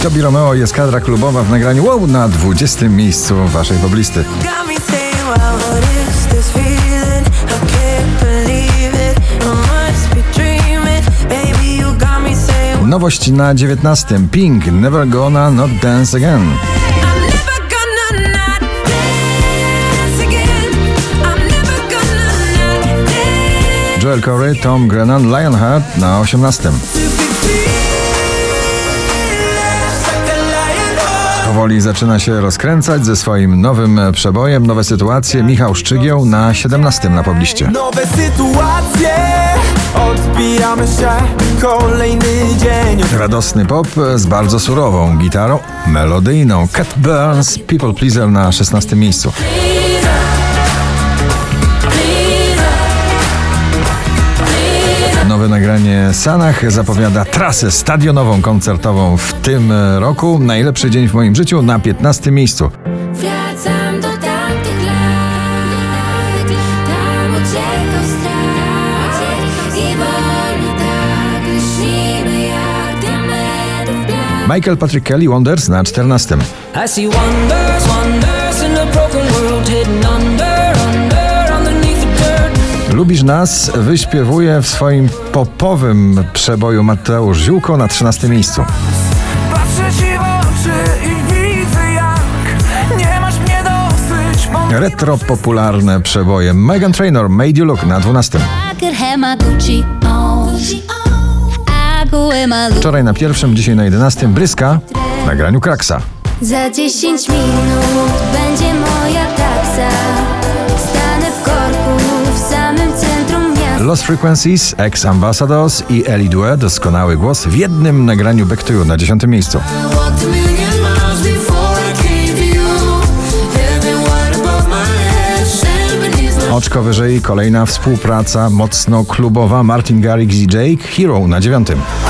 Tobi Romeo i Eskadra Klubowa w nagraniu Wow na 20. miejscu waszej poblisty. Nowość na 19. Pink, Never Gonna Not Dance Again. Joel Corey, Tom Grennan, Lionheart na 18. Powoli zaczyna się rozkręcać ze swoim nowym przebojem. Nowe sytuacje. Michał Szczygieł na 17. na pobliście. Nowe sytuacje, odbijamy się, kolejny dzień. Radosny pop z bardzo surową gitarą melodyjną. Cat Burns, People Pleaser na 16. miejscu. Nowe nagranie Sanach zapowiada trasę stadionową, koncertową w tym roku. Najlepszy dzień w moim życiu na 15. miejscu. Wracam do tamtych lat, tam uciekał strach i wolno tak lśnimy jak diamentów blask. Michael Patrick Kelly, Wonders na 14. I see wonders, wonders in a broken world hidden under underneath the dirt. Lubisz nas wyśpiewuje w swoim popowym przeboju Mateusz Ziółko na 13. miejscu. Patrzę ci w oczy i widzę jak nie masz mnie dosyć. Retro popularne przeboje Meghan Trainor, Made You Look na 12. Wczoraj na 1., dzisiaj na 11. Bryska w nagraniu Kraksa. Za 10 minut będzie moja taksa. Stanę w korku w samym centrum miasta. Lost Frequencies, Ex Ambassadors i Ellie Due, doskonały głos w jednym nagraniu Back to You na 10. miejscu. Oczko wyżej kolejna współpraca mocno klubowa Martin Garrix i Jake, Hero na 9.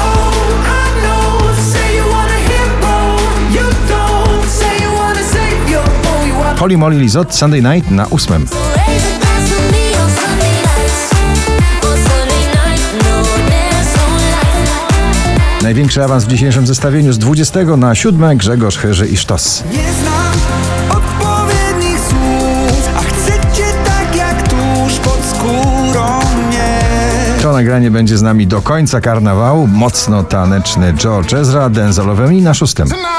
Holly Molly Lizot, Sunday Night na 8. Największy awans w dzisiejszym zestawieniu z 20. na 7. Grzegorz Chyży i Sztos. Nie znam odpowiednich słów, a chcę cię tak jak tuż pod skórą mnie. To nagranie będzie z nami do końca karnawału. Mocno taneczny George Ezra, Denzelowym i na 6.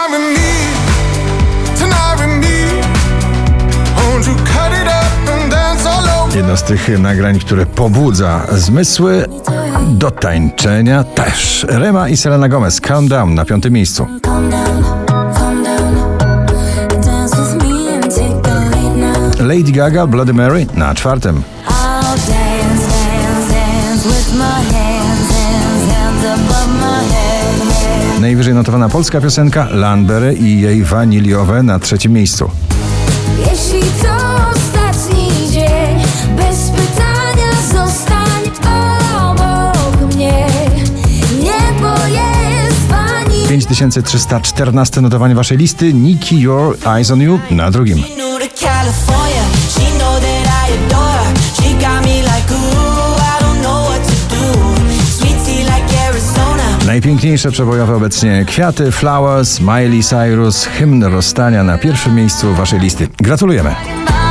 Jedno z tych nagrań, które pobudza zmysły do tańczenia też. Rema i Selena Gomez, Calm Down na 5. miejscu. Lady Gaga, Bloody Mary na 4. Najwyżej notowana polska piosenka Landberry i jej Waniliowe na 3. miejscu. Jeśli to ostatni dzień, bez pytania zostań obok mnie. Niebo jest waniliowe. 5314 notowanie waszej listy. Nicki, Your Eyes on You na 2. Najpiękniejsze przebojowe obecnie Kwiaty, Flowers, Miley Cyrus, Hymn rozstania na 1. miejscu waszej listy. Gratulujemy!